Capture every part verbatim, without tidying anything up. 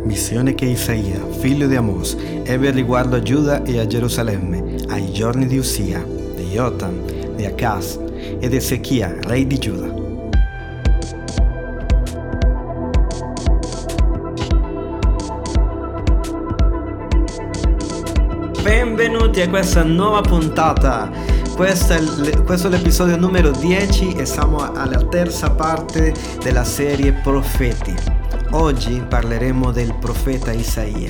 Visione che Isaia, figlio di Amos, ebbe riguardo a Giuda e a Gerusalemme, ai giorni di Usia, di Jotam, di Acaz e di Ezechia, re di Giuda. Benvenuti a questa nuova puntata. Questo è, questo è l'episodio numero dieci e siamo alla terza parte della serie Profeti. Oggi parleremo del profeta Isaia.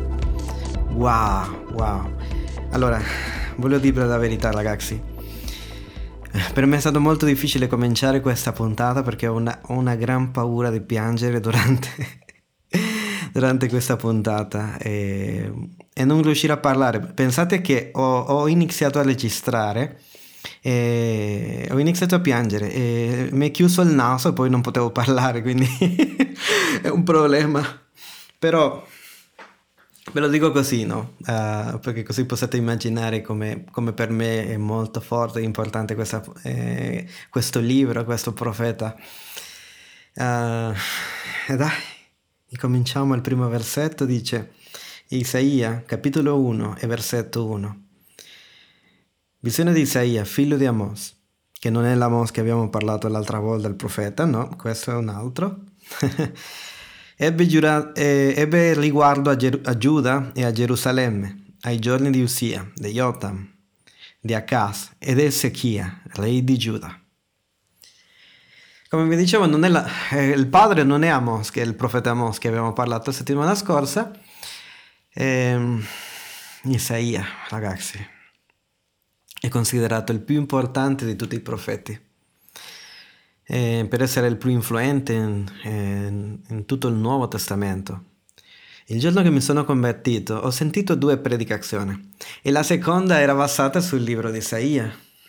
Wow, wow. Allora, voglio dire la verità, ragazzi. Per me è stato molto difficile cominciare questa puntata perché ho una, ho una gran paura di piangere durante, durante questa puntata e, e non riuscire a parlare. Pensate che ho, ho iniziato a registrare e ho iniziato a piangere e mi è chiuso il naso e poi non potevo parlare, quindi è un problema. Però ve lo dico così, no? Uh, perché così potete immaginare come, come per me è molto forte e importante questa, eh, questo libro, questo profeta. Uh, e dai, cominciamo. Il primo versetto dice: Isaia, capitolo uno e versetto uno. Visione di Isaia, figlio di Amos, che non è l'Amos che abbiamo parlato l'altra volta, il profeta, no, questo è un altro. ebbe, giura, eh, ebbe riguardo a, Ger- a Giuda e a Gerusalemme, ai giorni di Usia, di Jotam, di Acaz e di Ezechia, re di Giuda. Come vi dicevo, non è la, eh, il padre non è Amos, che è il profeta Amos che abbiamo parlato la settimana scorsa. Eh, Isaia, ragazzi, è considerato il più importante di tutti i profeti, eh, per essere il più influente in, in, in tutto il Nuovo Testamento. Il giorno che mi sono convertito ho sentito due predicazioni e la seconda era basata sul libro di Isaia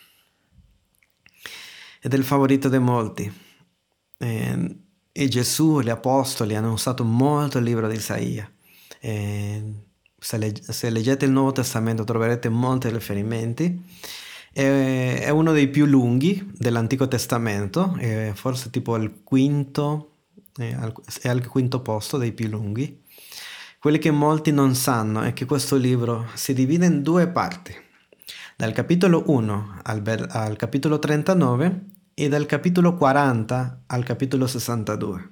ed è il favorito di molti. Eh, e Gesù e gli apostoli hanno usato molto il libro di Isaia. Eh, Se, leg- se leggete il Nuovo Testamento troverete molti riferimenti. È, è uno dei più lunghi dell'Antico Testamento, è forse tipo il quinto, è al, è al quinto posto dei più lunghi. Quelli che molti non sanno è che questo libro si divide in due parti, dal capitolo uno al, al capitolo trentanove e dal capitolo quaranta al capitolo sessantadue.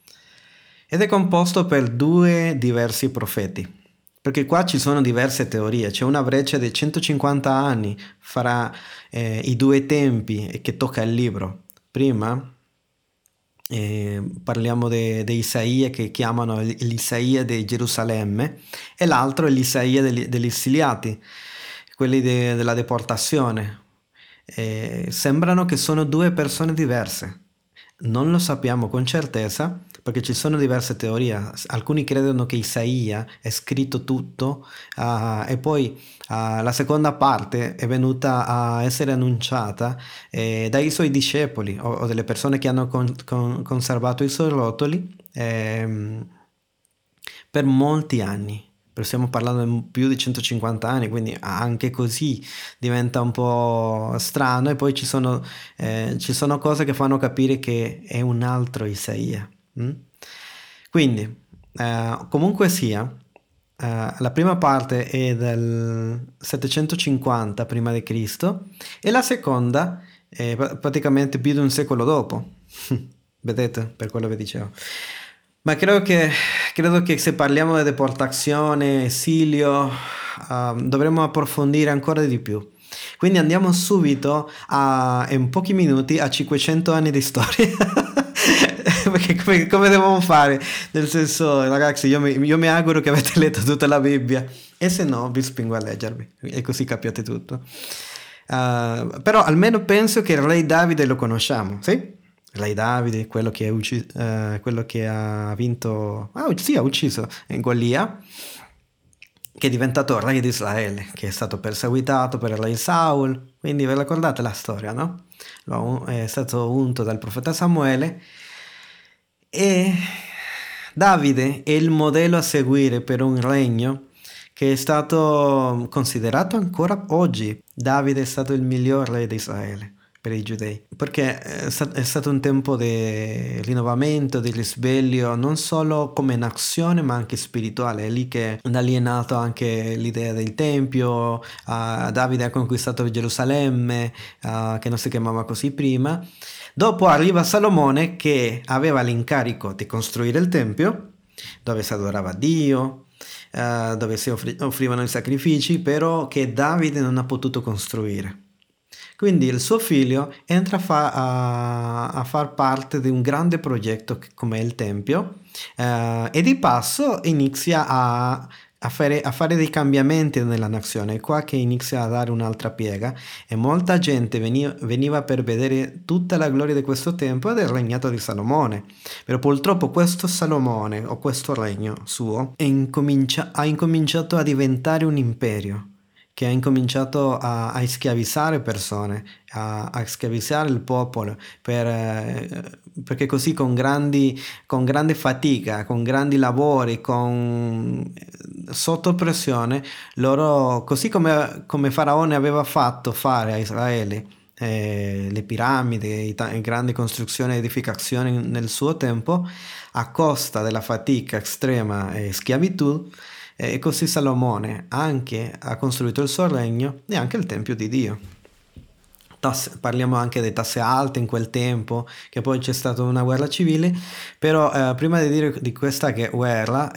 Ed è composto per due diversi profeti. Perché qua ci sono diverse teorie, c'è una breccia di centocinquanta anni fra eh, i due tempi che tocca il libro. Prima eh, parliamo di Isaia, che chiamano l'Isaia di Gerusalemme, e l'altro è l'Isaia degli, degli esiliati, quelli de, della deportazione. Eh, sembrano che sono due persone diverse. Non lo sappiamo con certezza perché ci sono diverse teorie. Alcuni credono che Isaia è scritto tutto uh, e poi uh, la seconda parte è venuta a essere annunciata eh, dai suoi discepoli o, o delle persone che hanno con, con, conservato i suoi rotoli eh, per molti anni. Stiamo parlando di più di centocinquanta anni, quindi anche così diventa un po' strano. E poi ci sono, eh, ci sono cose che fanno capire che è un altro Isaia. Mm? Quindi, eh, comunque sia, eh, la prima parte è del settecentocinquanta prima di Cristo e la seconda è praticamente più di un secolo dopo. Vedete, per quello vi dicevo. Ma credo che, credo che se parliamo di deportazione, esilio, uh, dovremmo approfondire ancora di più. Quindi andiamo subito, a, in pochi minuti, a cinquecento anni di storia. Perché come, come dobbiamo fare? Nel senso, ragazzi, io mi, io mi auguro che avete letto tutta la Bibbia. E se no, vi spingo a leggervi. E così capiate tutto. Uh, però almeno penso che il re Davide lo conosciamo, sì? Re Davide, quello che, ucciso, eh, quello che ha vinto, ah, sì, ha ucciso Golia, che è diventato re di Israele, che è stato perseguitato per il re Saul. Quindi ve la ricordate la storia, no? È stato unto dal profeta Samuele e Davide è il modello a seguire per un regno che è stato considerato ancora oggi. Davide è stato il miglior re di Israele. per i giudei, perché è sta- è stato un tempo di rinnovamento, di risveglio, non solo come nazione ma anche spirituale. È lì che da lì è nato anche l'idea del Tempio. uh, Davide ha conquistato Gerusalemme, uh, che non si chiamava così prima. Dopo arriva Salomone che aveva l'incarico di costruire il Tempio, dove si adorava Dio, eh, dove si offri- offrivano i sacrifici, però che Davide non ha potuto costruire. Quindi il suo figlio entra a, fa- a- a far parte di un grande progetto che- come il Tempio, eh, e di passo inizia a, a fare, a fare dei cambiamenti nella nazione. È qua che inizia a dare un'altra piega e molta gente veni- veniva per vedere tutta la gloria di questo Tempio e del regnato di Salomone. Però purtroppo questo Salomone o questo regno suo è incomincia- ha incominciato a diventare un imperio che ha incominciato a, a schiavizzare persone, a, a schiavizzare il popolo, per, eh, perché così con grandi, con grande fatica, con grandi lavori, con, sotto pressione, loro, così come, come Faraone aveva fatto fare a Israele, eh, le piramidi, le grandi costruzioni e edificazioni nel suo tempo, a costa della fatica estrema e schiavitù, e così Salomone anche ha costruito il suo regno e anche il Tempio di Dio. Tasse- parliamo anche di tasse alte in quel tempo, che poi c'è stata una guerra civile, però eh, prima di dire di questa che- guerra,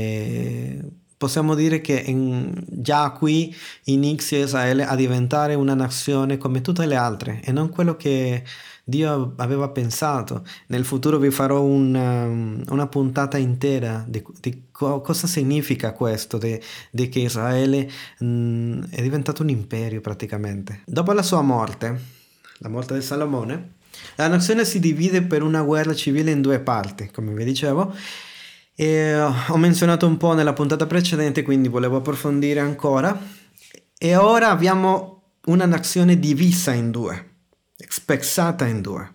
eh, possiamo dire che in- già qui inizia Israele a diventare una nazione come tutte le altre e non quello che Dio aveva pensato. Nel futuro vi farò un, um, una puntata intera di, di co- cosa significa questo, di, di che Israele mm, è diventato un imperio praticamente. Dopo la sua morte, la morte di Salomone, la nazione si divide per una guerra civile in due parti, come vi dicevo. E ho menzionato un po' nella puntata precedente, quindi volevo approfondire ancora. E ora abbiamo una nazione divisa in due, spezzata in due.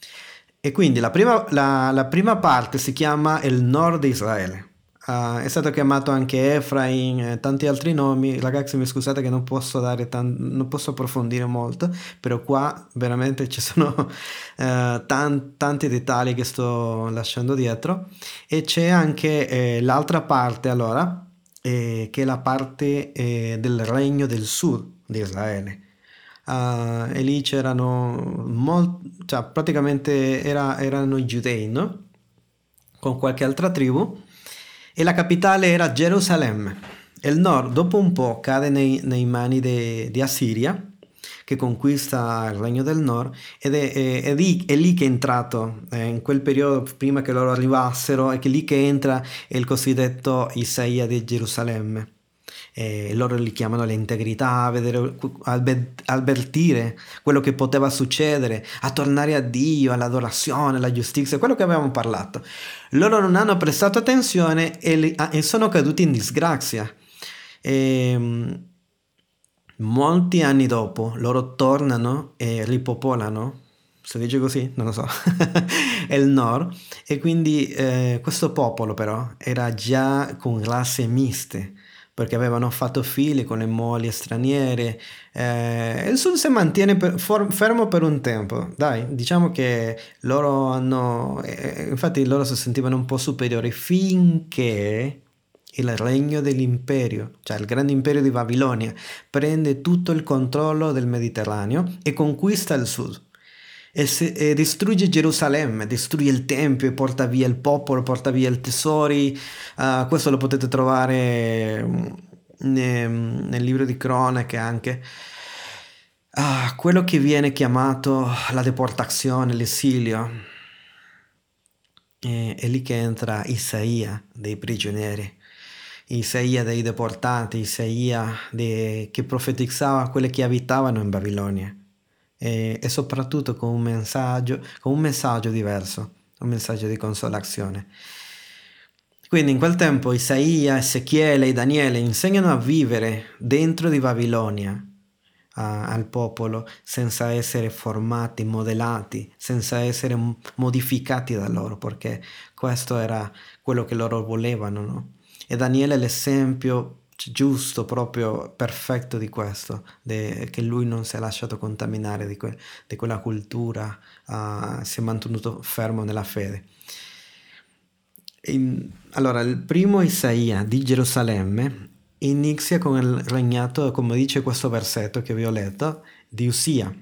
E quindi la prima, la, la prima parte si chiama il nord di Israele. Ah, è stato chiamato anche Efraim e tanti altri nomi. Ragazzi, mi scusate che non posso dare tan- non posso approfondire molto, però qua veramente ci sono eh, tan- tanti dettagli che sto lasciando dietro. E c'è anche eh, l'altra parte, allora, eh, che è la parte eh, del regno del sud di Israele. Ah, e lì c'erano molti, cioè praticamente era- erano i giudei, no? Con qualche altra tribù, e la capitale era Gerusalemme. E il nord, dopo un po', cade nei, nei mani de- di Assiria, che conquista il regno del nord, ed è, è- è lì, è lì che è entrato, eh, in quel periodo, prima che loro arrivassero, è che lì che entra il cosiddetto Isaia di Gerusalemme. E loro li chiamano l'integrità, a vedere, albe- avvertire quello che poteva succedere, a tornare a Dio, all'adorazione, alla giustizia, quello che avevamo parlato. Loro non hanno prestato attenzione e, li- ah, e sono caduti in disgrazia. E, mm, molti anni dopo loro tornano e ripopolano, si dice così? Non lo so, è il nord. E quindi eh, questo popolo però era già con razze miste, perché avevano fatto figli con le mogli straniere. Eh, il sud si mantiene per- for- fermo per un tempo, dai, diciamo che loro hanno, eh, infatti loro si sentivano un po' superiori finché il regno dell'imperio, cioè il grande imperio di Babilonia, prende tutto il controllo del Mediterraneo e conquista il sud. E, se- e distrugge Gerusalemme, distrugge il tempio e porta via il popolo, porta via i tesori. Ah, questo lo potete trovare mm, ne- nel libro di cronache anche. Ah, quello che viene chiamato la deportazione, l'esilio, e- è lì che entra Isaia dei prigionieri. Isaia dei deportati, Isaia de- che profetizzava a quelli che abitavano in Babilonia, e, e soprattutto con un messaggio, con un messaggio diverso, un messaggio di consolazione. Quindi in quel tempo Isaia, Ezechiele e Daniele insegnano a vivere dentro di Babilonia a- al popolo senza essere formati, modellati, senza essere m- modificati da loro, perché questo era quello che loro volevano, no? E Daniele è l'esempio giusto, proprio perfetto di questo, de- che lui non si è lasciato contaminare di, que- di quella cultura, uh, si è mantenuto fermo nella fede. In- allora, il primo Isaia di Gerusalemme inizia con il regnato, come dice questo versetto che vi ho letto, di Usia.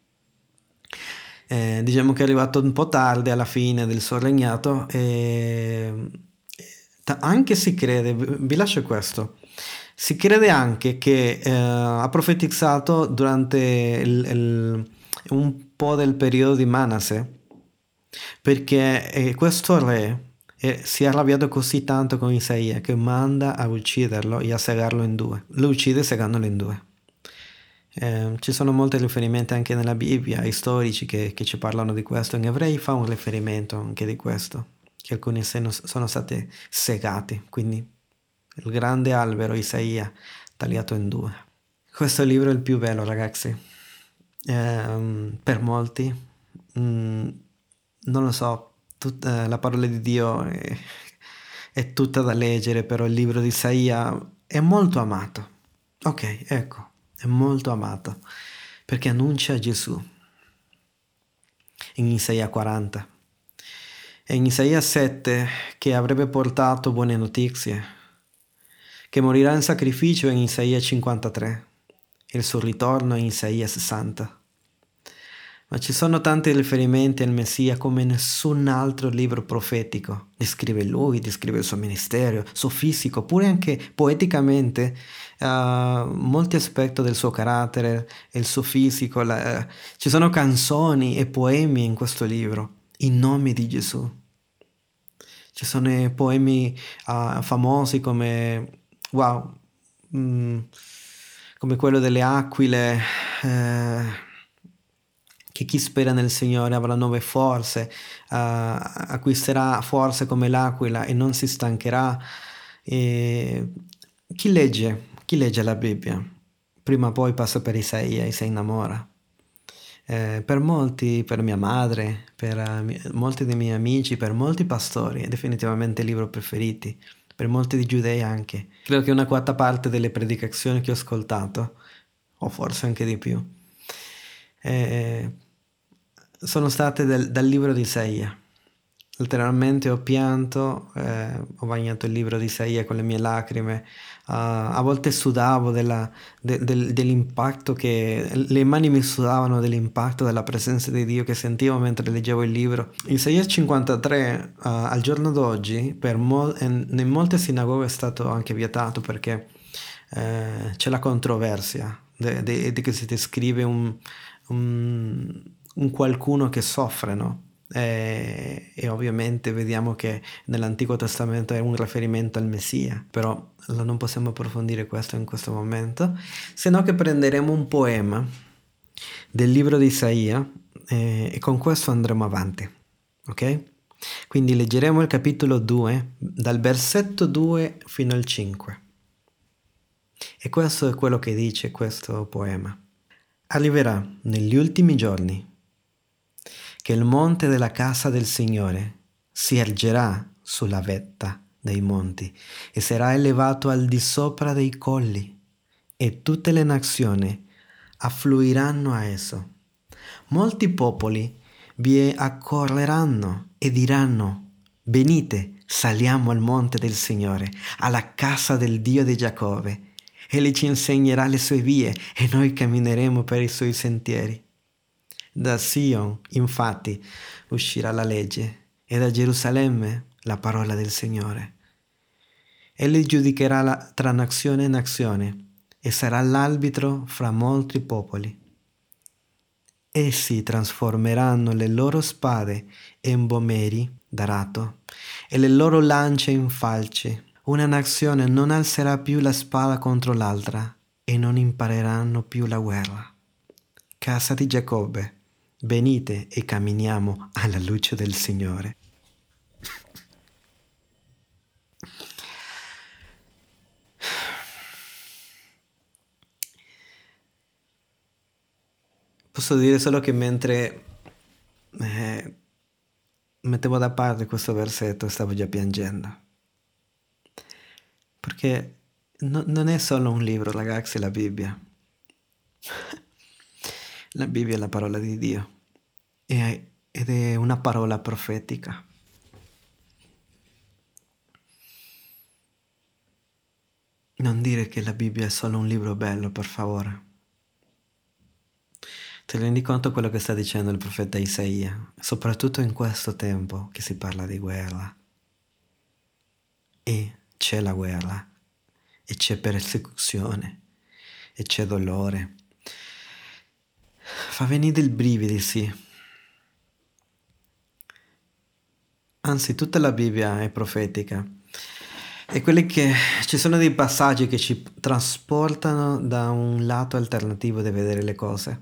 Eh, diciamo che è arrivato un po' tardi alla fine del suo regnato e ta- anche si crede, vi vi lascio questo, si crede anche che eh, ha profetizzato durante il- il- un po' del periodo di Manasse, perché eh, questo re eh, si è arrabbiato così tanto con Isaia che manda a ucciderlo e a segarlo in due. Lo uccide segandolo in due. Eh, ci sono molti riferimenti anche nella Bibbia, ai storici che, che ci parlano di questo. In Ebrei fa un riferimento anche di questo, che alcuni sono, sono stati segati, quindi il grande albero Isaia tagliato in due. Questo libro è il più bello, ragazzi. Ehm, per molti, mm, non lo so, tut- eh, la parola di Dio è, è tutta da leggere, però il libro di Isaia è molto amato. Ok, ecco, è molto amato perché annuncia Gesù in Isaia quaranta e in Isaia sette che avrebbe portato buone notizie, che morirà in sacrificio in Isaia cinquantatré e il suo ritorno in Isaia sessanta. Ma ci sono tanti riferimenti al Messia come nessun altro libro profetico. Descrive lui, descrive il suo ministero, il suo fisico, pure anche poeticamente, uh, molti aspetti del suo carattere, il suo fisico. La, uh, ci sono canzoni e poemi in questo libro, in nome di Gesù. Ci sono poemi uh, famosi come, wow, mm, come quello delle aquile. Eh, che chi spera nel Signore avrà nuove forze, uh, acquisterà forze come l'aquila e non si stancherà. E chi legge, chi legge la Bibbia, prima o poi passa per Isaia e si innamora. Eh, per molti, per mia madre, per uh, molti dei miei amici, per molti pastori, è definitivamente il libro preferito, per molti di giudei anche. Credo che una quarta parte delle predicazioni che ho ascoltato, o forse anche di più, eh, sono state del- dal libro di Isaia. Letteralmente ho pianto, eh, ho bagnato il libro di Isaia con le mie lacrime, ah, a volte sudavo della- de- del- dell'impatto che le mani mi sudavano dell'impatto della presenza di Dio che sentivo mentre leggevo il libro. Isaia cinquantatré, ah, al giorno d'oggi, per mol- in in molte sinagoghe è stato anche vietato perché eh, c'è la controversia de- de- di che si descrive un, un- un qualcuno che soffre, no? E, e ovviamente vediamo che nell'Antico Testamento è un riferimento al Messia, però non possiamo approfondire questo in questo momento, se no che prenderemo un poema del libro di Isaia eh, e con questo andremo avanti, ok? Quindi leggeremo il capitolo due, dal versetto due fino al cinque. E questo è quello che dice questo poema. Arriverà negli ultimi giorni che il monte della casa del Signore si ergerà sulla vetta dei monti e sarà elevato al di sopra dei colli e tutte le nazioni affluiranno a esso. Molti popoli vi accorreranno e diranno: venite, saliamo al monte del Signore, alla casa del Dio di Giacobbe. Egli ci insegnerà le sue vie e noi cammineremo per i suoi sentieri. Da Sion, infatti, uscirà la legge e da Gerusalemme la parola del Signore. Egli giudicherà la- tra nazione e nazione e sarà l'arbitro fra molti popoli. Essi trasformeranno le loro spade in bomeri d'arato e le loro lance in falci. Una nazione non alzerà più la spada contro l'altra e non impareranno più la guerra. Casa di Giacobbe, venite e camminiamo alla luce del Signore. Posso dire solo che mentre eh, mettevo da parte questo versetto stavo già piangendo. Perché no- non è solo un libro, ragazzi, la Bibbia. La Bibbia è la parola di Dio e- ed è una parola profetica. Non dire che la Bibbia è solo un libro bello, per favore. Ti rendi conto quello che sta dicendo il profeta Isaia? Soprattutto in questo tempo che si parla di guerra. E c'è la guerra, e c'è persecuzione, e c'è dolore. Fa venire dei brividi, sì. Anzi, tutta la Bibbia è profetica. E quelli che ci sono dei passaggi che ci trasportano da un lato alternativo di vedere le cose.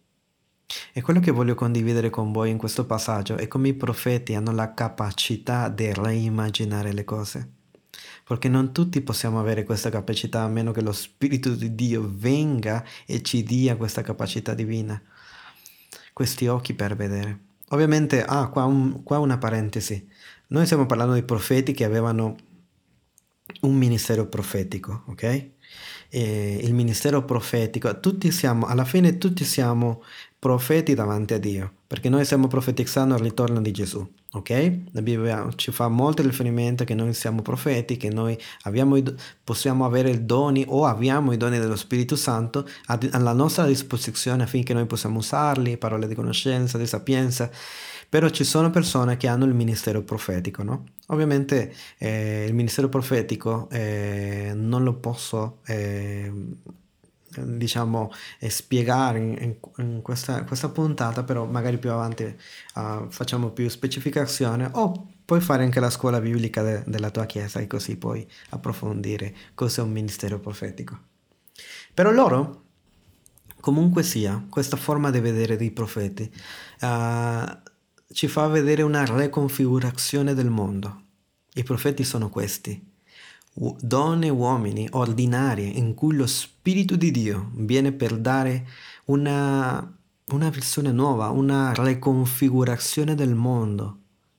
E quello che voglio condividere con voi in questo passaggio è come i profeti hanno la capacità di reimmaginare le cose. Perché non tutti possiamo avere questa capacità a meno che lo Spirito di Dio venga e ci dia questa capacità divina, questi occhi per vedere. Ovviamente, ah, qua, un- qua una parentesi. Noi stiamo parlando di profeti che avevano un ministero profetico, ok? E il ministero profetico, tutti siamo, alla fine tutti siamo profeti davanti a Dio, perché noi stiamo profetizzando il ritorno di Gesù, ok? La Bibbia ci fa molto riferimento che noi siamo profeti, che noi abbiamo i do- possiamo avere i doni o abbiamo i doni dello Spirito Santo ad- alla nostra disposizione affinché noi possiamo usarli, parole di conoscenza, di sapienza, però ci sono persone che hanno il ministero profetico, no? Ovviamente eh, il ministero profetico eh, non lo posso, eh, diciamo, eh, spiegare in, in- in questa, questa puntata, però magari più avanti eh, facciamo più specificazione o puoi fare anche la scuola biblica de- della tua chiesa e così puoi approfondire cos'è un ministero profetico. Però loro, comunque sia, questa forma di vedere dei profeti eh, ci fa vedere una riconfigurazione del mondo. I profeti sono questi, u- donne e uomini ordinari in cui lo Spirito di Dio viene per dare una, una visione nuova, una riconfigurazione del mondo.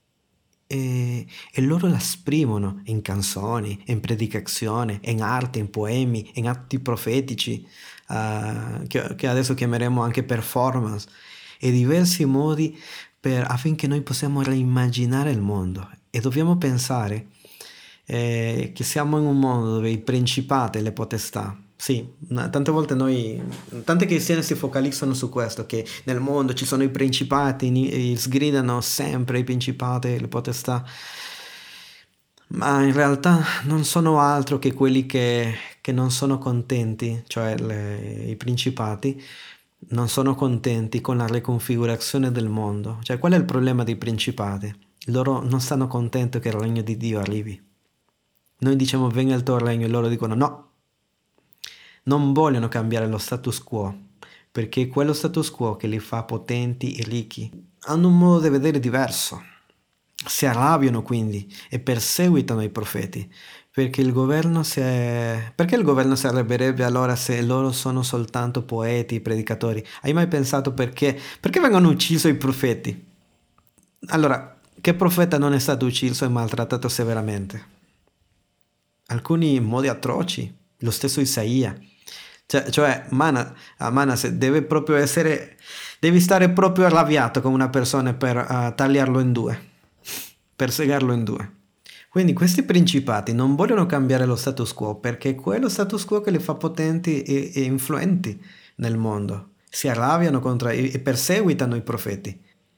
E, e loro la esprimono in canzoni, in predicazione, in arte, in poemi, in atti profetici, eh, che, che adesso chiameremo anche performance, e diversi modi per- affinché noi possiamo reimmaginare il mondo. E dobbiamo pensare eh, che siamo in un mondo dove i principati e le potestà, sì, na- tante volte noi, tanti cristiani si focalizzano su questo, che nel mondo ci sono i principati, ni- e sgridano sempre i principati e le potestà, ma in realtà non sono altro che quelli che, che non sono contenti, cioè le- i principati non sono contenti con la riconfigurazione del mondo. Cioè, qual è il problema dei principati? Loro non stanno contenti che il regno di Dio arrivi. Noi diciamo venga il tuo regno e loro dicono no, non vogliono cambiare lo status quo, perché è quello status quo che li fa potenti e ricchi. Hanno un modo di vedere diverso. Si arrabbiano quindi e perseguitano i profeti, perché il governo si è... Perché il governo si arrabbierebbe allora se loro sono soltanto poeti, predicatori? Hai mai pensato perché? Perché vengono uccisi i profeti? Allora, che profeta non è stato ucciso e maltrattato severamente? Alcuni in modi atroci, lo stesso Isaia. Cioè, cioè Mana, ah, Manas deve proprio essere, devi stare proprio arrabbiato con una persona per uh, tagliarlo in due, per segarlo in due. Quindi questi principati non vogliono cambiare lo status quo perché è quello status quo che li fa potenti e, e influenti nel mondo. Si arrabbiano contro e, e perseguitano i profeti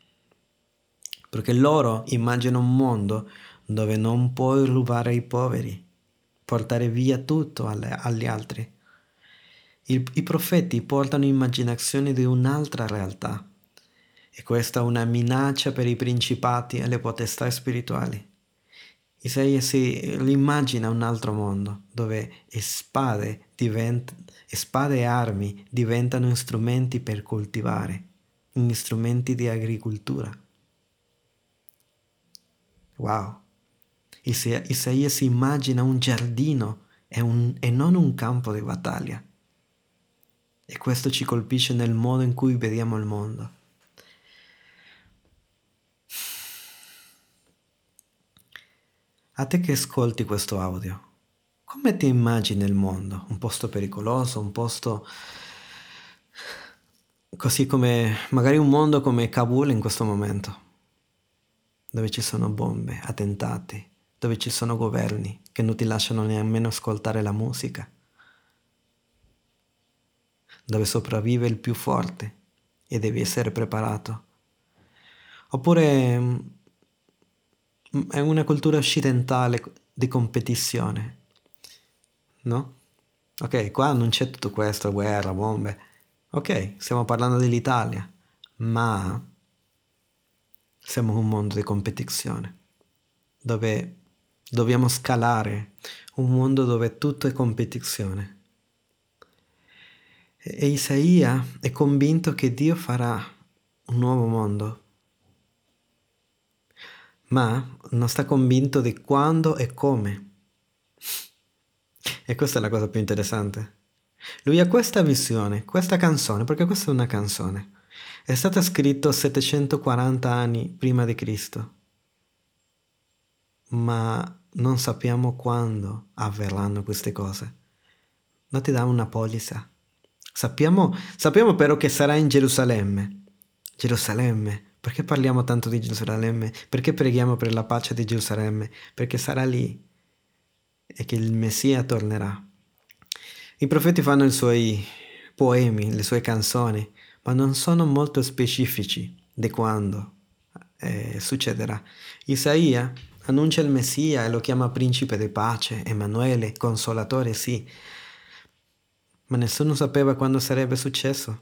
perché loro immaginano un mondo dove non puoi rubare ai poveri, portare via tutto alle- agli altri. Il- I profeti portano immaginazione di un'altra realtà e questa è una minaccia per i principati e le potestà spirituali. Isaia si immagina un altro mondo dove spade, divent- spade e armi diventano strumenti per coltivare, strumenti di agricoltura. Wow! Isa- Isaia si immagina un giardino e, un- e non un campo di battaglia. E questo ci colpisce nel modo in cui vediamo il mondo. A te che ascolti questo audio, come ti immagini il mondo? Un posto pericoloso, un posto così come magari un mondo come Kabul in questo momento, dove ci sono bombe, attentati, dove ci sono governi che non ti lasciano nemmeno ascoltare la musica, dove sopravvive il più forte e devi essere preparato. Oppure mm, è una cultura occidentale di competizione, no? Ok, qua non c'è tutto questo, guerra, bombe. Ok, stiamo parlando dell'Italia, ma siamo in un mondo di competizione, dove dobbiamo scalare, un mondo dove tutto è competizione. E e Isaia è convinto che Dio farà un nuovo mondo, ma non sta convinto di quando e come. E questa è la cosa più interessante. Lui ha questa visione, questa canzone, perché questa è una canzone. È stata scritta settecentoquaranta anni prima di Cristo, ma non sappiamo quando avverranno queste cose. Non ti dà una polizza. Sappiamo, sappiamo però che sarà in Gerusalemme. Gerusalemme. Perché parliamo tanto di Gerusalemme? Perché preghiamo per la pace di Gerusalemme? Perché sarà lì e che il Messia tornerà. I profeti fanno i suoi poemi, le sue canzoni, ma non sono molto specifici di quando eh, succederà. Isaia annuncia il Messia e lo chiama principe di pace, Emanuele, consolatore, sì, ma nessuno sapeva quando sarebbe successo.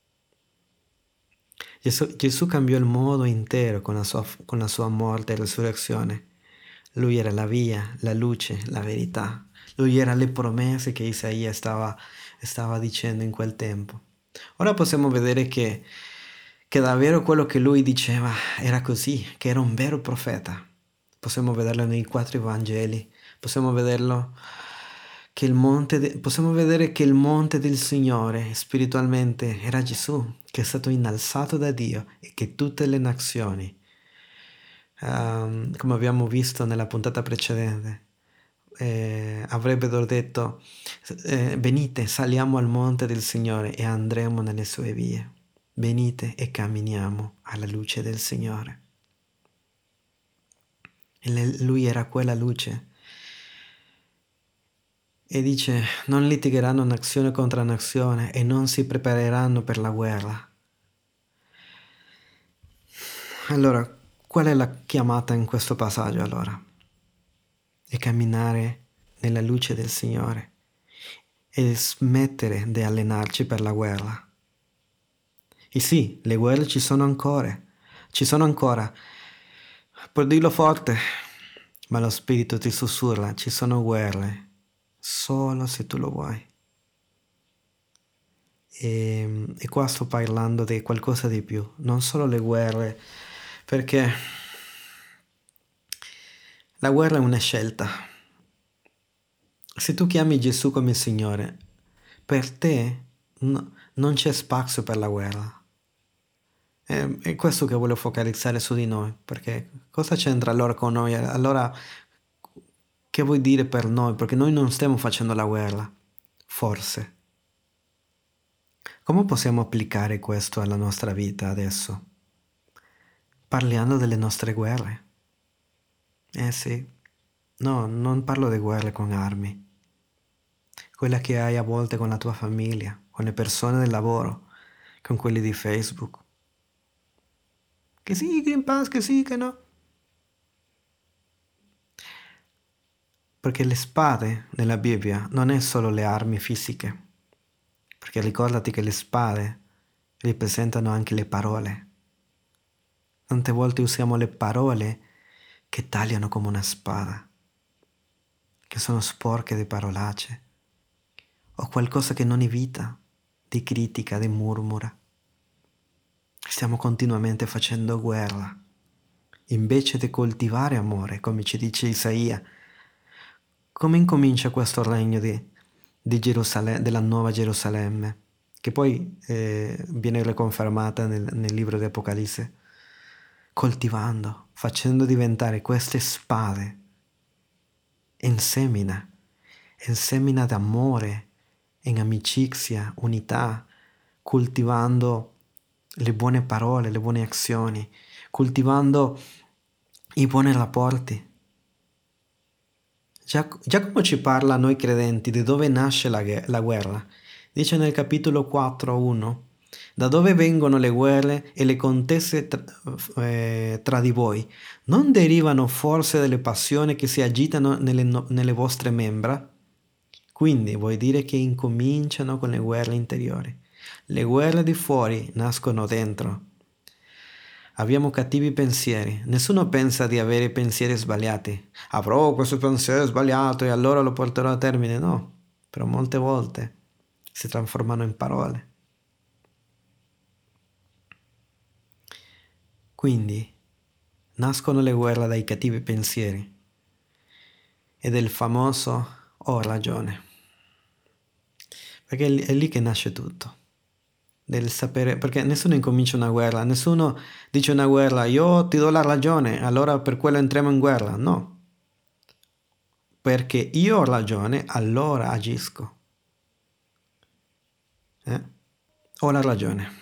Gesù, Gesù cambiò il mondo intero con la sua, con la sua morte e resurrezione. Lui era la via, la luce, la verità. Lui era le promesse che Isaia stava, stava dicendo in quel tempo. Ora possiamo vedere che, che davvero quello che lui diceva era così, che era un vero profeta. Possiamo vederlo nei quattro Vangeli, possiamo vederlo che il monte de- possiamo vedere che il monte del Signore spiritualmente era Gesù, che è stato innalzato da Dio e che tutte le nazioni, ehm, come abbiamo visto nella puntata precedente, eh, avrebbero detto, eh, venite, saliamo al monte del Signore e andremo nelle sue vie. Venite e camminiamo alla luce del Signore. E le- lui era quella luce. E dice, non litigheranno nazione contro nazione e non si prepareranno per la guerra. Allora, qual è la chiamata in questo passaggio allora? È camminare nella luce del Signore e smettere di allenarci per la guerra. E sì, le guerre ci sono ancora, ci sono ancora. Per dirlo forte, ma lo spirito ti sussurra, ci sono guerre, solo se tu lo vuoi. E, e qua sto parlando di qualcosa di più, non solo le guerre, perché la guerra è una scelta. Se tu chiami Gesù come Signore, per te no- non c'è spazio per la guerra. È, è questo che voglio focalizzare su di noi, perché cosa c'entra allora con noi? Allora, che vuoi dire per noi? Perché noi non stiamo facendo la guerra, forse. Come possiamo applicare questo alla nostra vita adesso? Parlando delle nostre guerre. Eh sì, no, non parlo di guerre con armi, quella che hai a volte con la tua famiglia, con le persone del lavoro, con quelli di Facebook. Che sì, Green Pass, che sì, che no. Perché le spade nella Bibbia non è solo le armi fisiche, perché ricordati che le spade rappresentano anche le parole. Tante volte usiamo le parole che tagliano come una spada, che sono sporche di parolacce, o qualcosa che non evita, di critica, di murmura. Stiamo continuamente facendo guerra, invece di coltivare amore, come ci dice Isaia. Come incomincia questo regno di, di Gerusalemme, della nuova Gerusalemme, che poi eh, viene riconfermata nel, nel libro di Apocalisse? Coltivando, facendo diventare queste spade in semina. e semina d'amore, in amicizia, unità, coltivando le buone parole, le buone azioni, coltivando i buoni rapporti. Giac- Giacomo ci parla a noi credenti di dove nasce la, ghe- la guerra. Dice nel capitolo quattro uno: da dove vengono le guerre e le contese tra, eh, tra di voi? Non derivano forse dalle passioni che si agitano nelle, no- nelle vostre membra? Quindi vuol dire che incominciano con le guerre interiori. Le guerre di fuori nascono dentro. Abbiamo cattivi pensieri. Nessuno pensa di avere pensieri sbagliati. Avrò questo pensiero sbagliato e allora lo porterò a termine. No, però molte volte si trasformano in parole. Quindi nascono le guerre dai cattivi pensieri e del famoso ho ragione. Perché è lì è lì che nasce tutto. Del sapere, perché nessuno incomincia una guerra, nessuno dice una guerra, io ti do la ragione, allora per quello entriamo in guerra. No, perché io ho ragione, allora agisco. Eh? Ho la ragione.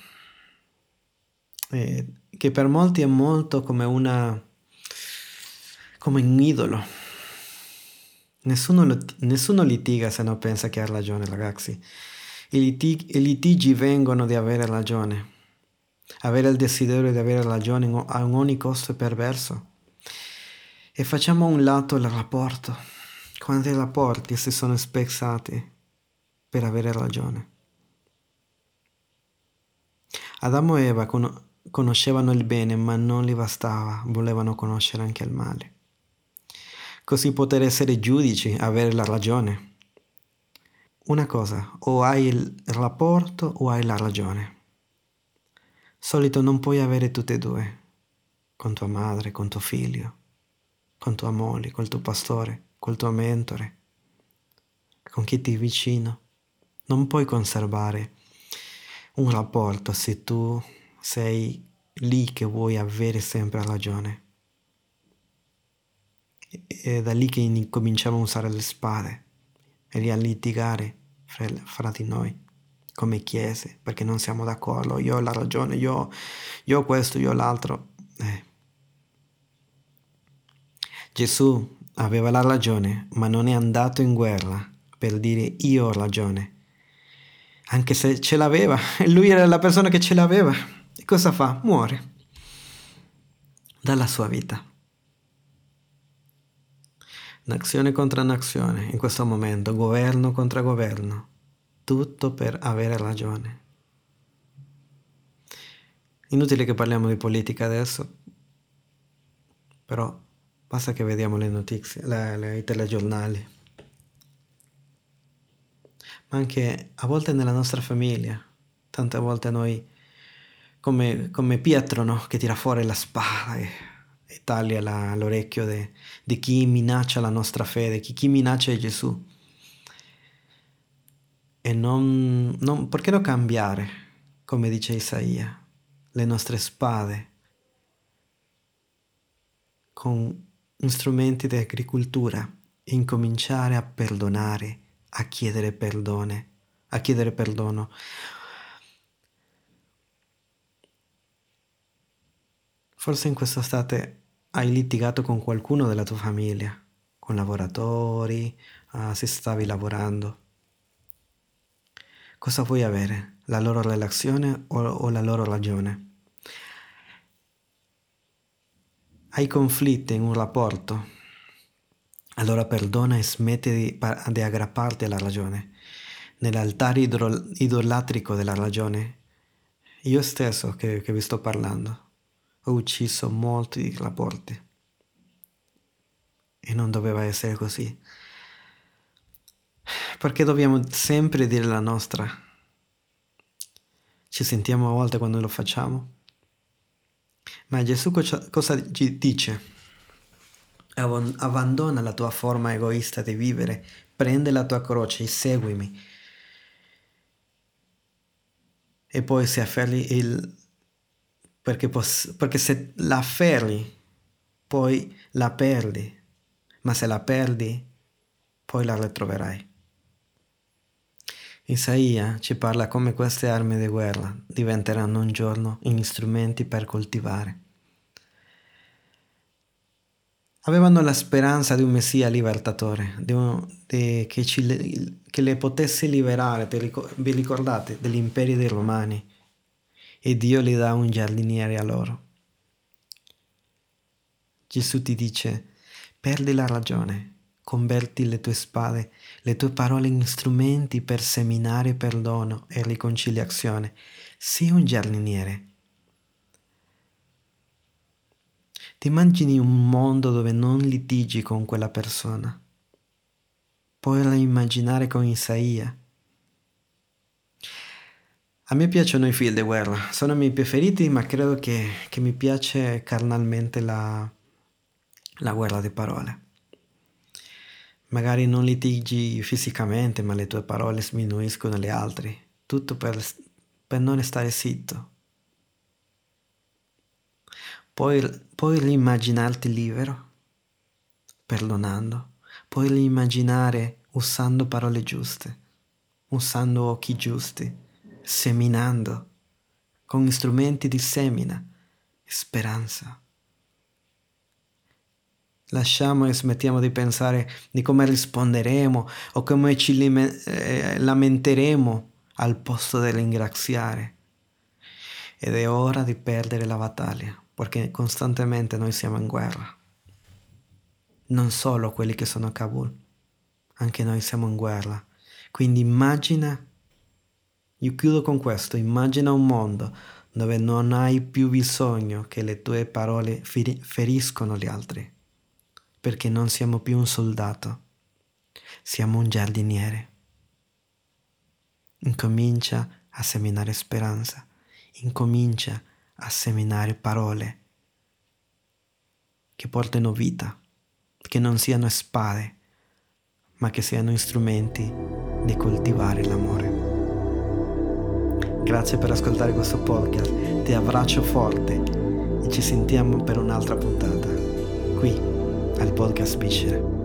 Eh, che per molti è molto come una, come un idolo. Nessuno, lit- nessuno litiga se non pensa che ha ragione, ragazzi. I litigi, i litigi vengono di avere ragione. Avere il desiderio di avere ragione in o- a ogni costo è perverso. E facciamo a un lato il rapporto. Quanti rapporti si sono spezzati per avere ragione? Adamo e Eva con- conoscevano il bene, ma non gli bastava, volevano conoscere anche il male. Così poter essere giudici, avere la ragione. Una cosa, o hai il rapporto o hai la ragione. Solito non puoi avere tutte e due, con tua madre, con tuo figlio, con tua moglie, col tuo pastore, col tuo mentore, con chi ti è vicino. Non puoi conservare un rapporto se tu sei lì che vuoi avere sempre ragione. È da lì che incominciamo a usare le spade e lì a litigare fra, fra di noi come chiese perché non siamo d'accordo. Io ho la ragione, io, io ho questo, io ho l'altro. Eh. Gesù aveva la ragione, ma non è andato in guerra per dire io ho ragione. Anche se ce l'aveva, e lui era la persona che ce l'aveva. E cosa fa? Muore. Dalla sua vita. Nazione contro nazione, in questo momento, governo contro governo. Tutto per avere ragione. Inutile che parliamo di politica adesso, però basta che vediamo le notizie, le, le- i telegiornali. Ma anche a volte nella nostra famiglia. Tante volte noi, come, come Pietro, no? Che tira fuori la spada e, e taglia la- l'orecchio de- di chi minaccia la nostra fede, chi, chi minaccia Gesù. E non, non, perché non cambiare, come dice Isaia, le nostre spade con strumenti di agricoltura e incominciare a perdonare, a chiedere perdone, a chiedere perdono. Forse in quest'estate hai litigato con qualcuno della tua famiglia, con lavoratori, ah, se stavi lavorando. Cosa vuoi avere? La loro relazione o, o la loro ragione? Hai conflitti in un rapporto? Allora perdona e smetti di, pa- di aggrapparti alla ragione. Nell'altare idro- idolatrico della ragione, io stesso che, che vi sto parlando, ho ucciso molti rapporti e non doveva essere così. Perché dobbiamo sempre dire la nostra? Ci sentiamo a volte quando lo facciamo? Ma Gesù cosa, cosa ci dice? Abbon- Abbandona la tua forma egoista di vivere, prende la tua croce e seguimi. E poi se afferri il... Perché, poss- perché se la afferri, poi la perdi. Ma se la perdi, poi la ritroverai. Isaia ci parla come queste armi di guerra diventeranno un giorno strumenti per coltivare. Avevano la speranza di un Messia libertatore, di un- di- che, ci- che le potesse liberare, vi ricor- vi ricordate, degli imperi dei Romani, e Dio gli dà un giardiniere a loro. Gesù ti dice: perdi la ragione, converti le tue spade, le tue parole in strumenti per seminare perdono e riconciliazione. Sii un giardiniere. Ti immagini un mondo dove non litigi con quella persona? Puoi immaginare con Isaia. A me piacciono i film di guerra, sono i miei preferiti, ma credo che, che mi piace carnalmente la, la guerra di parole. Magari non litigi fisicamente, ma le tue parole sminuiscono le altre. Tutto per, per non stare zitto. Puoi, puoi rimmaginarti libero, perdonando. Puoi rimmaginare usando parole giuste, usando occhi giusti, seminando, con strumenti di semina, speranza. Lasciamo e smettiamo di pensare di come risponderemo o come ci lime- eh, lamenteremo al posto di ringraziare. Ed è ora di perdere la battaglia, perché costantemente noi siamo in guerra. Non solo quelli che sono a Kabul, anche noi siamo in guerra. Quindi immagina, io chiudo con questo, immagina un mondo dove non hai più bisogno che le tue parole feri- feriscono gli altri. Perché non siamo più un soldato, siamo un giardiniere. Incomincia a seminare speranza, incomincia a seminare parole che portino vita, che non siano spade, ma che siano strumenti di coltivare l'amore. Grazie per ascoltare questo podcast, ti abbraccio forte e ci sentiamo per un'altra puntata, qui al podcast Viscere.